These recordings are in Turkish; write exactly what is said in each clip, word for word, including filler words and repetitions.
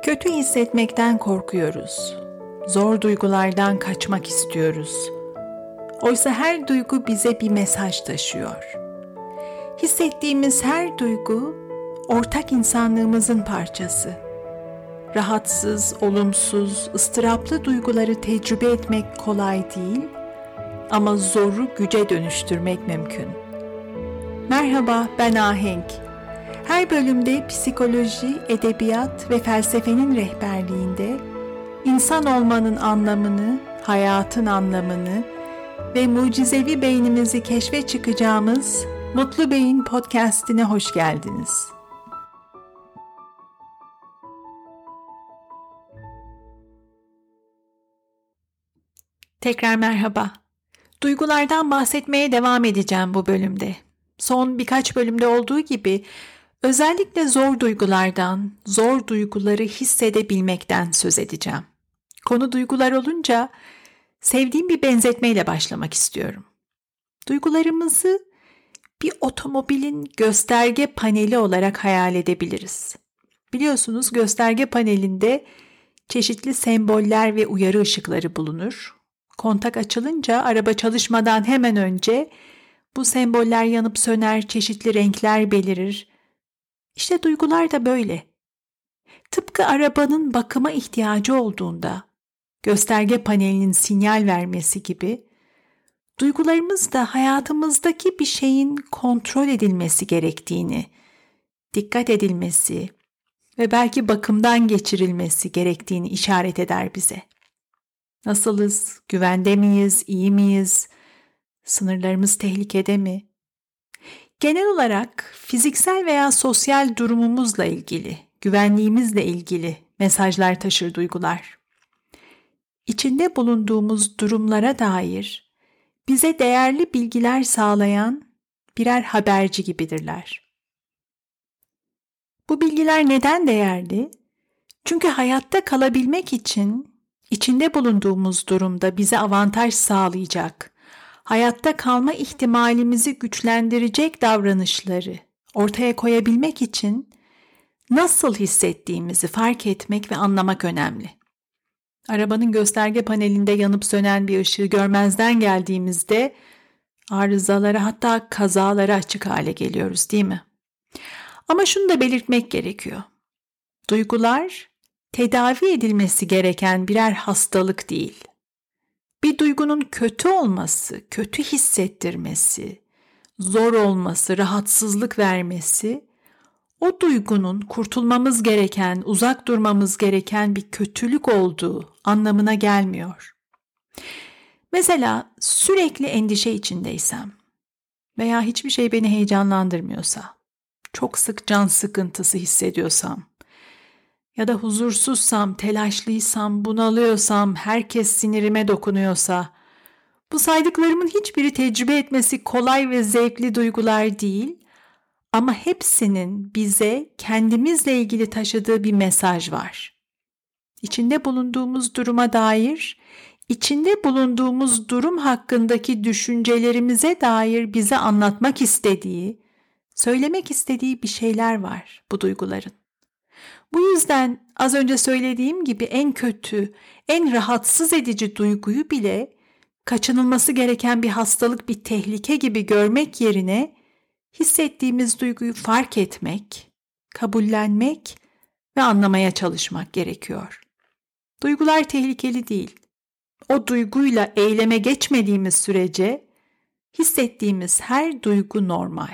Kötü hissetmekten korkuyoruz. Zor duygulardan kaçmak istiyoruz. Oysa her duygu bize bir mesaj taşıyor. Hissettiğimiz her duygu ortak insanlığımızın parçası. Rahatsız, olumsuz, ıstıraplı duyguları tecrübe etmek kolay değil ama zoru güce dönüştürmek mümkün. Merhaba, ben Ahenk. Her bölümde psikoloji, edebiyat ve felsefenin rehberliğinde insan olmanın anlamını, hayatın anlamını ve mucizevi beynimizi keşfe çıkacağımız Mutlu Beyin Podcast'ine hoş geldiniz. Tekrar merhaba. Duygulardan bahsetmeye devam edeceğim bu bölümde. Son birkaç bölümde olduğu gibi özellikle zor duygulardan, zor duyguları hissedebilmekten söz edeceğim. Konu duygular olunca sevdiğim bir benzetmeyle başlamak istiyorum. Duygularımızı bir otomobilin gösterge paneli olarak hayal edebiliriz. Biliyorsunuz gösterge panelinde çeşitli semboller ve uyarı ışıkları bulunur. Kontak açılınca araba çalışmadan hemen önce bu semboller yanıp söner, çeşitli renkler belirir. İşte duygular da böyle. Tıpkı arabanın bakıma ihtiyacı olduğunda gösterge panelinin sinyal vermesi gibi, duygularımız da hayatımızdaki bir şeyin kontrol edilmesi gerektiğini, dikkat edilmesi ve belki bakımdan geçirilmesi gerektiğini işaret eder bize. Nasılız? Güvende miyiz? İyi miyiz? Sınırlarımız tehlikede mi? Genel olarak fiziksel veya sosyal durumumuzla ilgili, güvenliğimizle ilgili mesajlar taşır duygular. İçinde bulunduğumuz durumlara dair bize değerli bilgiler sağlayan birer haberci gibidirler. Bu bilgiler neden değerli? Çünkü hayatta kalabilmek için içinde bulunduğumuz durumda bize avantaj sağlayacak, hayatta kalma ihtimalimizi güçlendirecek davranışları ortaya koyabilmek için nasıl hissettiğimizi fark etmek ve anlamak önemli. Arabanın gösterge panelinde yanıp sönen bir ışığı görmezden geldiğimizde arızalara, hatta kazalara açık hale geliyoruz, değil mi? Ama şunu da belirtmek gerekiyor. Duygular tedavi edilmesi gereken birer hastalık değil. Bir duygunun kötü olması, kötü hissettirmesi, zor olması, rahatsızlık vermesi, o duygunun kurtulmamız gereken, uzak durmamız gereken bir kötülük olduğu anlamına gelmiyor. Mesela sürekli endişe içindeysem veya hiçbir şey beni heyecanlandırmıyorsa, çok sık can sıkıntısı hissediyorsam ya da huzursuzsam, telaşlıysam, bunalıyorsam, herkes sinirime dokunuyorsa, bu saydıklarımın hiçbiri tecrübe etmesi kolay ve zevkli duygular değil, ama hepsinin bize kendimizle ilgili taşıdığı bir mesaj var. İçinde bulunduğumuz duruma dair, içinde bulunduğumuz durum hakkındaki düşüncelerimize dair bize anlatmak istediği, söylemek istediği bir şeyler var bu duyguların. Bu yüzden az önce söylediğim gibi en kötü, en rahatsız edici duyguyu bile kaçınılması gereken bir hastalık, bir tehlike gibi görmek yerine hissettiğimiz duyguyu fark etmek, kabullenmek ve anlamaya çalışmak gerekiyor. Duygular tehlikeli değil. O duyguyla eyleme geçmediğimiz sürece hissettiğimiz her duygu normal.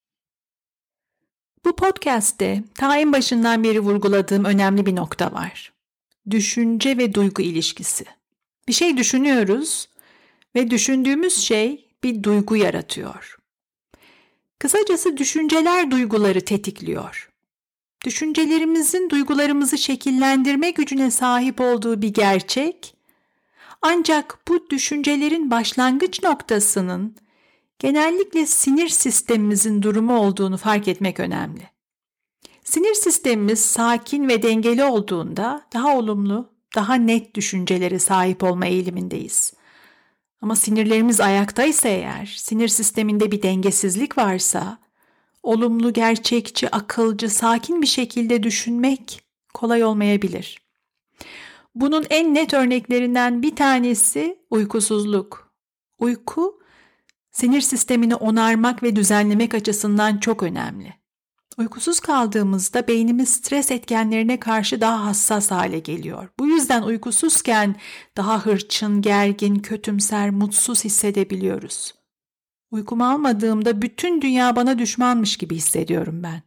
Bu podcast'te ta en başından beri vurguladığım önemli bir nokta var. Düşünce ve duygu ilişkisi. Bir şey düşünüyoruz ve düşündüğümüz şey bir duygu yaratıyor. Kısacası düşünceler duyguları tetikliyor. Düşüncelerimizin duygularımızı şekillendirme gücüne sahip olduğu bir gerçek, ancak bu düşüncelerin başlangıç noktasının genellikle sinir sistemimizin durumu olduğunu fark etmek önemli. Sinir sistemimiz sakin ve dengeli olduğunda daha olumlu, daha net düşüncelere sahip olma eğilimindeyiz. Ama sinirlerimiz ayaktaysa eğer, sinir sisteminde bir dengesizlik varsa, olumlu, gerçekçi, akılcı, sakin bir şekilde düşünmek kolay olmayabilir. Bunun en net örneklerinden bir tanesi uykusuzluk. Uyku, sinir sistemini onarmak ve düzenlemek açısından çok önemli. Uykusuz kaldığımızda beynimiz stres etkenlerine karşı daha hassas hale geliyor. Bu yüzden uykusuzken daha hırçın, gergin, kötümser, mutsuz hissedebiliyoruz. Uykumu almadığımda bütün dünya bana düşmanmış gibi hissediyorum ben.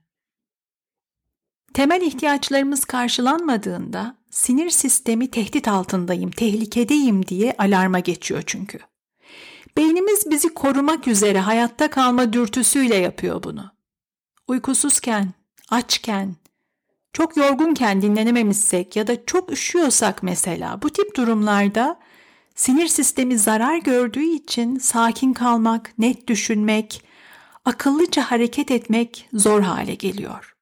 Temel ihtiyaçlarımız karşılanmadığında sinir sistemi tehdit altındayım, tehlikedeyim diye alarma geçiyor çünkü. Beynimiz bizi korumak üzere hayatta kalma dürtüsüyle yapıyor bunu. Uykusuzken, açken, çok yorgunken dinlenememişsek ya da çok üşüyorsak mesela bu tip durumlarda sinir sistemi zarar gördüğü için sakin kalmak, net düşünmek, akıllıca hareket etmek zor hale geliyor.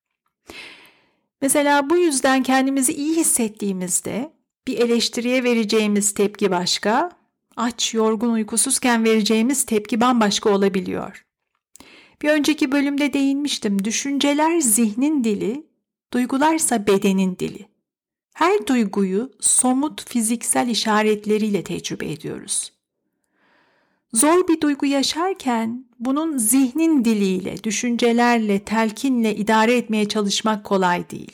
Mesela bu yüzden kendimizi iyi hissettiğimizde bir eleştiriye vereceğimiz tepki başka, aç, yorgun, uykusuzken vereceğimiz tepki bambaşka olabiliyor. Bir önceki bölümde değinmiştim. Düşünceler zihnin dili, duygularsa bedenin dili. Her duyguyu somut fiziksel işaretleriyle tecrübe ediyoruz. Zor bir duygu yaşarken bunun zihnin diliyle, düşüncelerle, telkinle idare etmeye çalışmak kolay değil.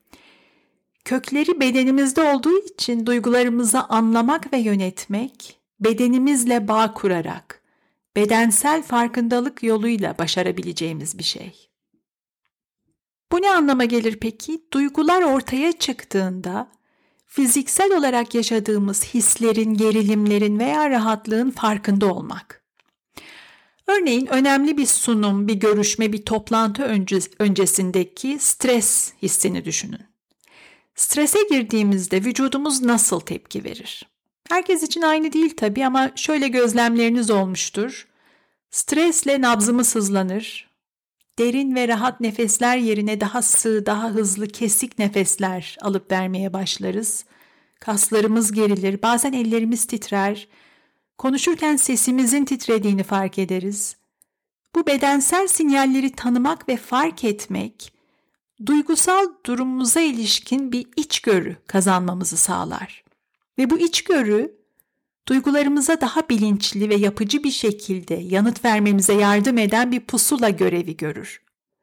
Kökleri bedenimizde olduğu için duygularımızı anlamak ve yönetmek, bedenimizle bağ kurarak, bedensel farkındalık yoluyla başarabileceğimiz bir şey. Bu ne anlama gelir peki? Duygular ortaya çıktığında fiziksel olarak yaşadığımız hislerin, gerilimlerin veya rahatlığın farkında olmak. Örneğin önemli bir sunum, bir görüşme, bir toplantı öncesindeki stres hissini düşünün. Strese girdiğimizde vücudumuz nasıl tepki verir? Herkes için aynı değil tabii ama şöyle gözlemleriniz olmuştur. Stresle nabzımız hızlanır. Derin ve rahat nefesler yerine daha sığ, daha hızlı, kesik nefesler alıp vermeye başlarız. Kaslarımız gerilir, bazen ellerimiz titrer. Konuşurken sesimizin titrediğini fark ederiz. Bu bedensel sinyalleri tanımak ve fark etmek, duygusal durumumuza ilişkin bir içgörü kazanmamızı sağlar. Ve bu içgörü, duygularımıza daha bilinçli ve yapıcı bir şekilde yanıt vermemize yardım eden bir pusula görevi görür.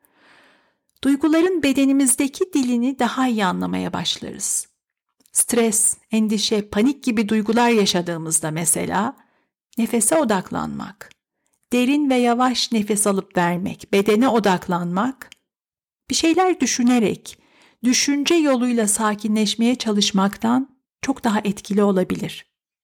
Duyguların bedenimizdeki dilini daha iyi anlamaya başlarız. Stres, endişe, panik gibi duygular yaşadığımızda mesela nefese odaklanmak, derin ve yavaş nefes alıp vermek, bedene odaklanmak, bir şeyler düşünerek, düşünce yoluyla sakinleşmeye çalışmaktan çok daha etkili olabilir.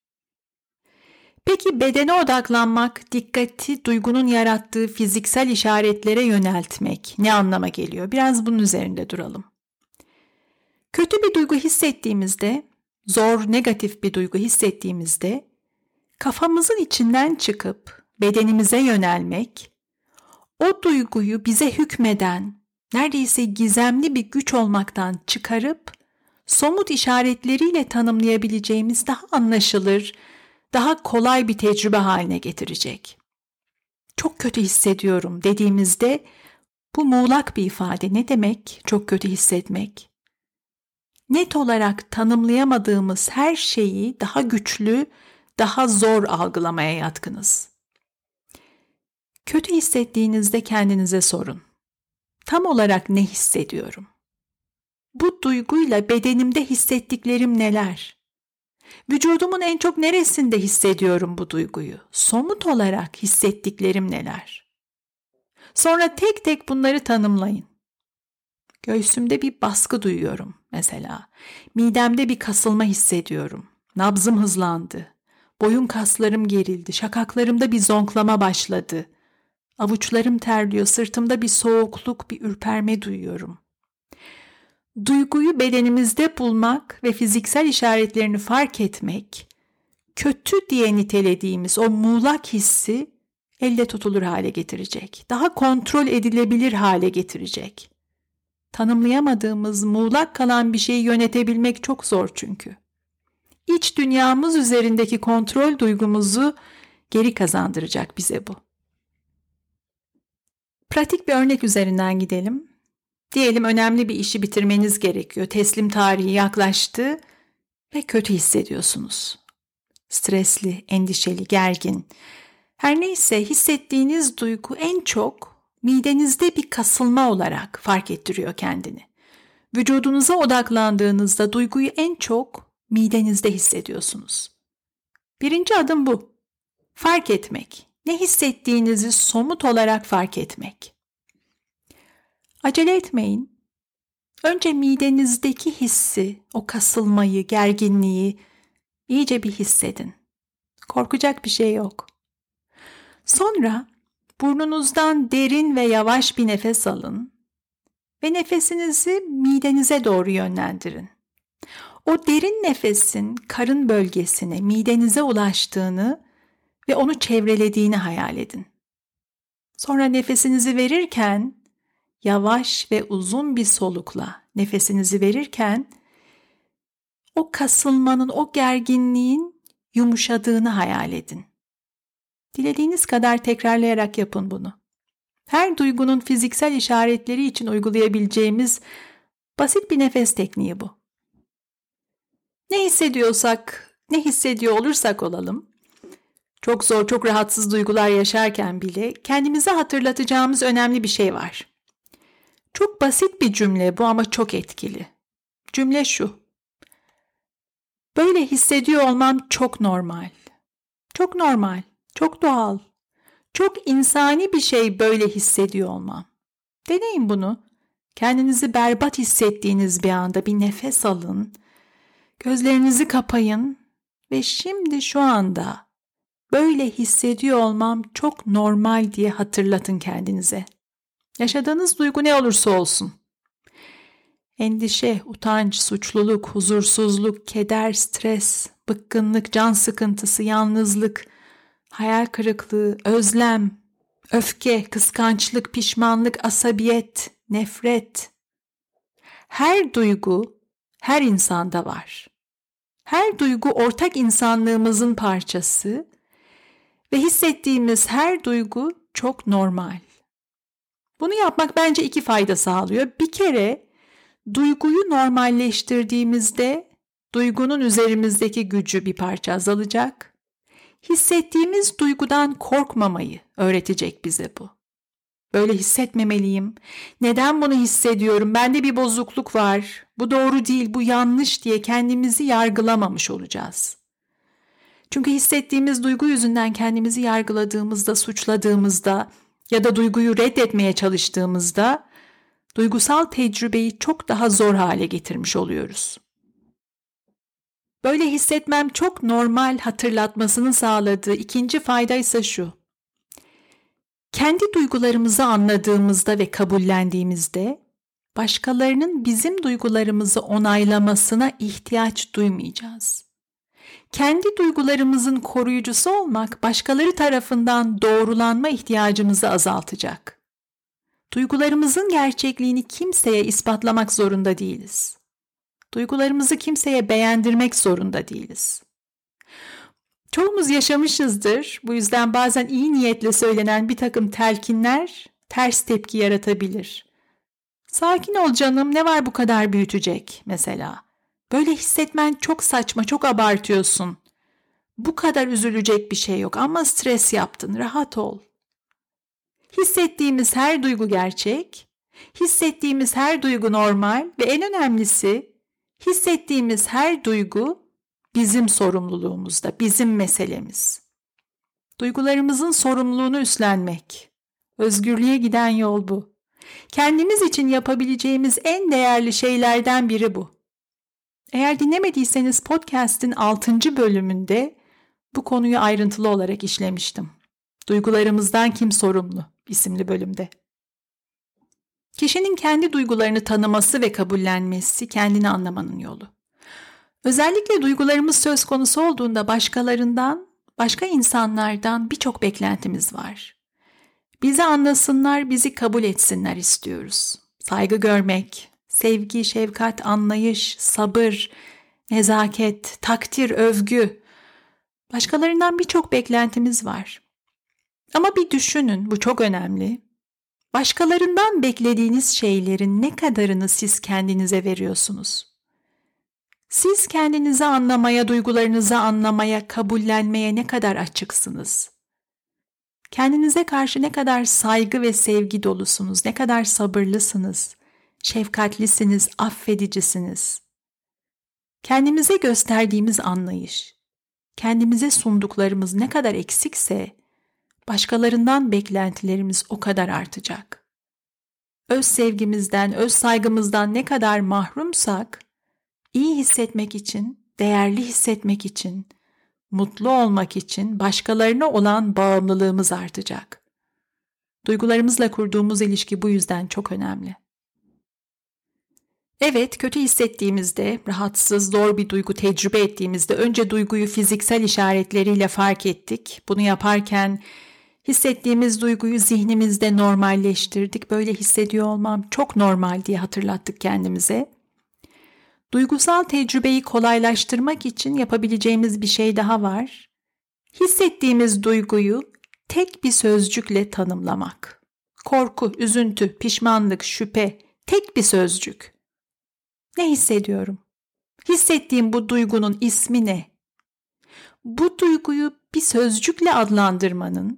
Peki bedene odaklanmak, dikkati duygunun yarattığı fiziksel işaretlere yöneltmek ne anlama geliyor? Biraz bunun üzerinde duralım. Kötü bir duygu hissettiğimizde, zor, negatif bir duygu hissettiğimizde, kafamızın içinden çıkıp bedenimize yönelmek, o duyguyu bize hükmeden, neredeyse gizemli bir güç olmaktan çıkarıp, somut işaretleriyle tanımlayabileceğimiz daha anlaşılır, daha kolay bir tecrübe haline getirecek. Çok kötü hissediyorum dediğimizde bu muğlak bir ifade. Ne demek çok kötü hissetmek? Net olarak tanımlayamadığımız her şeyi daha güçlü, daha zor algılamaya yatkınız. Kötü hissettiğinizde kendinize sorun. Tam olarak ne hissediyorum? Bu duyguyla bedenimde hissettiklerim neler? Vücudumun en çok neresinde hissediyorum bu duyguyu? Somut olarak hissettiklerim neler? Sonra tek tek bunları tanımlayın. Göğsümde bir baskı duyuyorum mesela. Midemde bir kasılma hissediyorum. Nabzım hızlandı. Boyun kaslarım gerildi. Şakaklarımda bir zonklama başladı. Avuçlarım terliyor. Sırtımda bir soğukluk, bir ürperme duyuyorum. Duyguyu bedenimizde bulmak ve fiziksel işaretlerini fark etmek, kötü diye nitelediğimiz o muğlak hissi elle tutulur hale getirecek. Daha kontrol edilebilir hale getirecek. Tanımlayamadığımız, muğlak kalan bir şeyi yönetebilmek çok zor çünkü. İç dünyamız üzerindeki kontrol duygumuzu geri kazandıracak bize bu. Pratik bir örnek üzerinden gidelim. Diyelim önemli bir işi bitirmeniz gerekiyor. Teslim tarihi yaklaştı ve kötü hissediyorsunuz. Stresli, endişeli, gergin. Her neyse hissettiğiniz duygu en çok midenizde bir kasılma olarak fark ettiriyor kendini. Vücudunuza odaklandığınızda duyguyu en çok midenizde hissediyorsunuz. Birinci adım bu. Fark etmek. Ne hissettiğinizi somut olarak fark etmek. Acele etmeyin. Önce midenizdeki hissi, o kasılmayı, gerginliği iyice bir hissedin. Korkacak bir şey yok. Sonra burnunuzdan derin ve yavaş bir nefes alın ve nefesinizi midenize doğru yönlendirin. O derin nefesin karın bölgesine, midenize ulaştığını ve onu çevrelediğini hayal edin. Sonra nefesinizi verirken yavaş ve uzun bir solukla nefesinizi verirken o kasılmanın, o gerginliğin yumuşadığını hayal edin. Dilediğiniz kadar tekrarlayarak yapın bunu. Her duygunun fiziksel işaretleri için uygulayabileceğimiz basit bir nefes tekniği bu. Ne hissediyorsak, ne hissediyor olursak olalım, çok zor, çok rahatsız duygular yaşarken bile kendimize hatırlatacağımız önemli bir şey var. Çok basit bir cümle bu ama çok etkili. Cümle şu: böyle hissediyor olmam çok normal. Çok normal, çok doğal, çok insani bir şey böyle hissediyor olmam. Deneyin bunu. Kendinizi berbat hissettiğiniz bir anda bir nefes alın, gözlerinizi kapayın ve şimdi şu anda böyle hissediyor olmam çok normal diye hatırlatın kendinize. Yaşadığınız duygu ne olursa olsun. Endişe, utanç, suçluluk, huzursuzluk, keder, stres, bıkkınlık, can sıkıntısı, yalnızlık, hayal kırıklığı, özlem, öfke, kıskançlık, pişmanlık, asabiyet, nefret. Her duygu her insanda var. Her duygu ortak insanlığımızın parçası ve hissettiğimiz her duygu çok normal. Bunu yapmak bence iki fayda sağlıyor. Bir kere duyguyu normalleştirdiğimizde duygunun üzerimizdeki gücü bir parça azalacak. Hissettiğimiz duygudan korkmamayı öğretecek bize bu. Böyle hissetmemeliyim. Neden bunu hissediyorum? Bende bir bozukluk var. Bu doğru değil, bu yanlış diye kendimizi yargılamamış olacağız. Çünkü hissettiğimiz duygu yüzünden kendimizi yargıladığımızda, suçladığımızda ya da duyguyu reddetmeye çalıştığımızda duygusal tecrübeyi çok daha zor hale getirmiş oluyoruz. Böyle hissetmem çok normal hatırlatmasını sağladığı ikinci fayda ise şu: kendi duygularımızı anladığımızda ve kabullendiğimizde başkalarının bizim duygularımızı onaylamasına ihtiyaç duymayacağız. Kendi duygularımızın koruyucusu olmak başkaları tarafından doğrulanma ihtiyacımızı azaltacak. Duygularımızın gerçekliğini kimseye ispatlamak zorunda değiliz. Duygularımızı kimseye beğendirmek zorunda değiliz. Çoğumuz yaşamışızdır. Bu yüzden bazen iyi niyetle söylenen bir takım telkinler ters tepki yaratabilir. Sakin ol canım, ne var bu kadar büyütecek mesela. Böyle hissetmen çok saçma, çok abartıyorsun. Bu kadar üzülecek bir şey yok ama stres yaptın, rahat ol. Hissettiğimiz her duygu gerçek, hissettiğimiz her duygu normal ve en önemlisi hissettiğimiz her duygu bizim sorumluluğumuzda, bizim meselemiz. Duygularımızın sorumluluğunu üstlenmek. Özgürlüğe giden yol bu. Kendimiz için yapabileceğimiz en değerli şeylerden biri bu. Eğer dinlemediyseniz podcast'in altıncı bölümünde bu konuyu ayrıntılı olarak işlemiştim. Duygularımızdan kim sorumlu isimli bölümde. Kişinin kendi duygularını tanıması ve kabullenmesi kendini anlamanın yolu. Özellikle duygularımız söz konusu olduğunda başkalarından, başka insanlardan birçok beklentimiz var. Bizi anlasınlar, bizi kabul etsinler istiyoruz. Saygı görmek, sevgi, şefkat, anlayış, sabır, nezaket, takdir, övgü. Başkalarından birçok beklentimiz var. Ama bir düşünün, bu çok önemli. Başkalarından beklediğiniz şeylerin ne kadarını siz kendinize veriyorsunuz? Siz kendinizi anlamaya, duygularınızı anlamaya, kabullenmeye ne kadar açıksınız? Kendinize karşı ne kadar saygı ve sevgi dolusunuz, ne kadar sabırlısınız, şefkatlisiniz, affedicisiniz? Kendimize gösterdiğimiz anlayış, kendimize sunduklarımız ne kadar eksikse, başkalarından beklentilerimiz o kadar artacak. Öz sevgimizden, öz saygımızdan ne kadar mahrumsak, iyi hissetmek için, değerli hissetmek için, mutlu olmak için başkalarına olan bağımlılığımız artacak. Duygularımızla kurduğumuz ilişki bu yüzden çok önemli. Evet, kötü hissettiğimizde, rahatsız, zor bir duygu tecrübe ettiğimizde önce duyguyu fiziksel işaretleriyle fark ettik. Bunu yaparken hissettiğimiz duyguyu zihnimizde normalleştirdik. Böyle hissediyor olmam çok normal diye hatırlattık kendimize. Duygusal tecrübeyi kolaylaştırmak için yapabileceğimiz bir şey daha var. Hissettiğimiz duyguyu tek bir sözcükle tanımlamak. Korku, üzüntü, pişmanlık, şüphe, tek bir sözcük. Ne hissediyorum? Hissettiğim bu duygunun ismi ne? Bu duyguyu bir sözcükle adlandırmanın,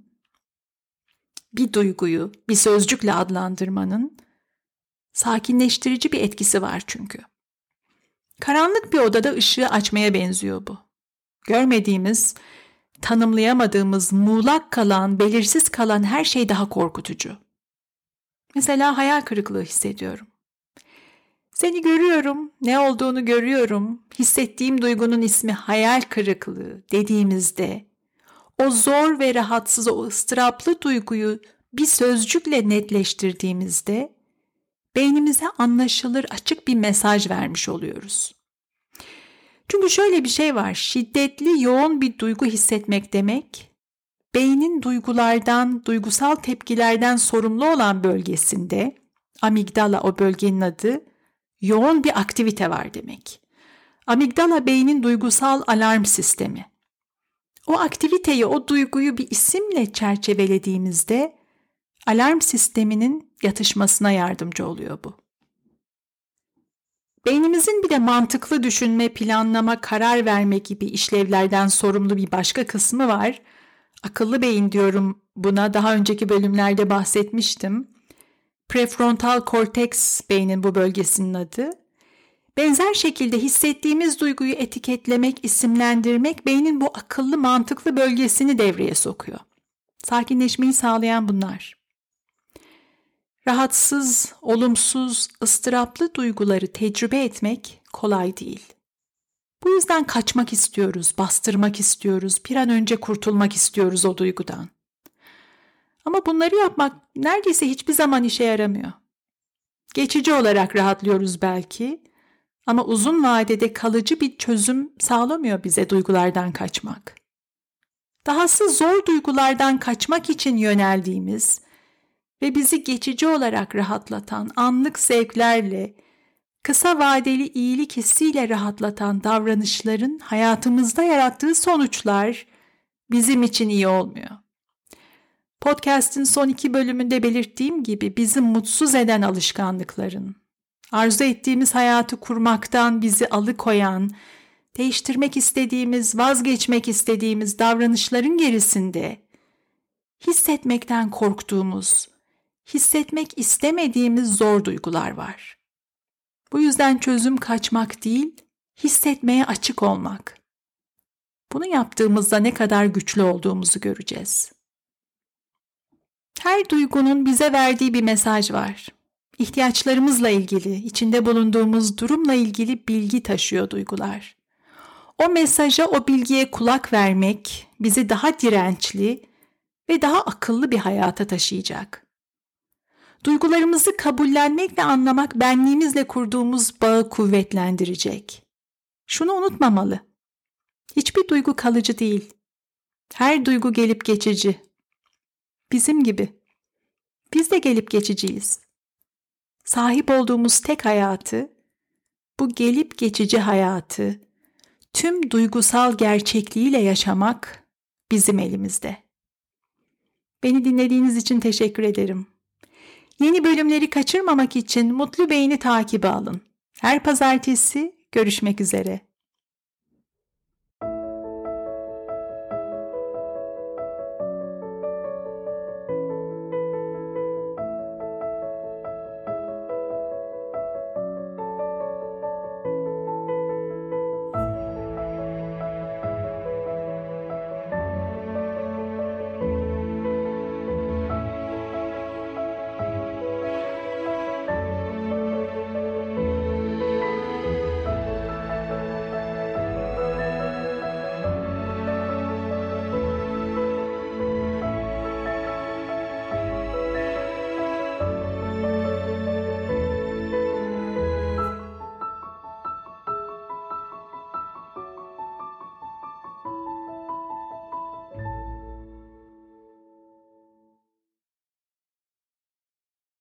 bir duyguyu bir sözcükle adlandırmanın sakinleştirici bir etkisi var çünkü. Karanlık bir odada ışığı açmaya benziyor bu. Görmediğimiz, tanımlayamadığımız, muğlak kalan, belirsiz kalan her şey daha korkutucu. Mesela hayal kırıklığı hissediyorum. Seni görüyorum, ne olduğunu görüyorum, hissettiğim duygunun ismi hayal kırıklığı dediğimizde, o zor ve rahatsız, o ıstıraplı duyguyu bir sözcükle netleştirdiğimizde, beynimize anlaşılır açık bir mesaj vermiş oluyoruz. Çünkü şöyle bir şey var, şiddetli, yoğun bir duygu hissetmek demek, beynin duygulardan, duygusal tepkilerden sorumlu olan bölgesinde, amigdala o bölgenin adı, yoğun bir aktivite var demek. Amigdala beynin duygusal alarm sistemi. O aktiviteyi, o duyguyu bir isimle çerçevelediğimizde alarm sisteminin yatışmasına yardımcı oluyor bu. Beynimizin bir de mantıklı düşünme, planlama, karar verme gibi işlevlerden sorumlu bir başka kısmı var. Akıllı beyin diyorum buna, daha önceki bölümlerde bahsetmiştim. Prefrontal korteks beynin bu bölgesinin adı. Benzer şekilde hissettiğimiz duyguyu etiketlemek, isimlendirmek beynin bu akıllı, mantıklı bölgesini devreye sokuyor. Sakinleşmeyi sağlayan bunlar. Rahatsız, olumsuz, ıstıraplı duyguları tecrübe etmek kolay değil. Bu yüzden kaçmak istiyoruz, bastırmak istiyoruz, bir an önce kurtulmak istiyoruz o duygudan. Ama bunları yapmak neredeyse hiçbir zaman işe yaramıyor. Geçici olarak rahatlıyoruz belki ama uzun vadede kalıcı bir çözüm sağlamıyor bize duygulardan kaçmak. Dahası zor duygulardan kaçmak için yöneldiğimiz ve bizi geçici olarak rahatlatan anlık zevklerle, kısa vadeli iyilik hissiyle rahatlatan davranışların hayatımızda yarattığı sonuçlar bizim için iyi olmuyor. Podcast'in son iki bölümünde belirttiğim gibi bizi mutsuz eden alışkanlıkların, arzu ettiğimiz hayatı kurmaktan bizi alıkoyan, değiştirmek istediğimiz, vazgeçmek istediğimiz davranışların gerisinde hissetmekten korktuğumuz, hissetmek istemediğimiz zor duygular var. Bu yüzden çözüm kaçmak değil, hissetmeye açık olmak. Bunu yaptığımızda ne kadar güçlü olduğumuzu göreceğiz. Her duygunun bize verdiği bir mesaj var. İhtiyaçlarımızla ilgili, içinde bulunduğumuz durumla ilgili bilgi taşıyor duygular. O mesaja, o bilgiye kulak vermek bizi daha dirençli ve daha akıllı bir hayata taşıyacak. Duygularımızı kabullenmek ve anlamak benliğimizle kurduğumuz bağı kuvvetlendirecek. Şunu unutmamalı. Hiçbir duygu kalıcı değil. Her duygu gelip geçici. Bizim gibi. Biz de gelip geçiciyiz. Sahip olduğumuz tek hayatı, bu gelip geçici hayatı, tüm duygusal gerçekliğiyle yaşamak bizim elimizde. Beni dinlediğiniz için teşekkür ederim. Yeni bölümleri kaçırmamak için Mutlu Beyni takibe alın. Her pazartesi görüşmek üzere.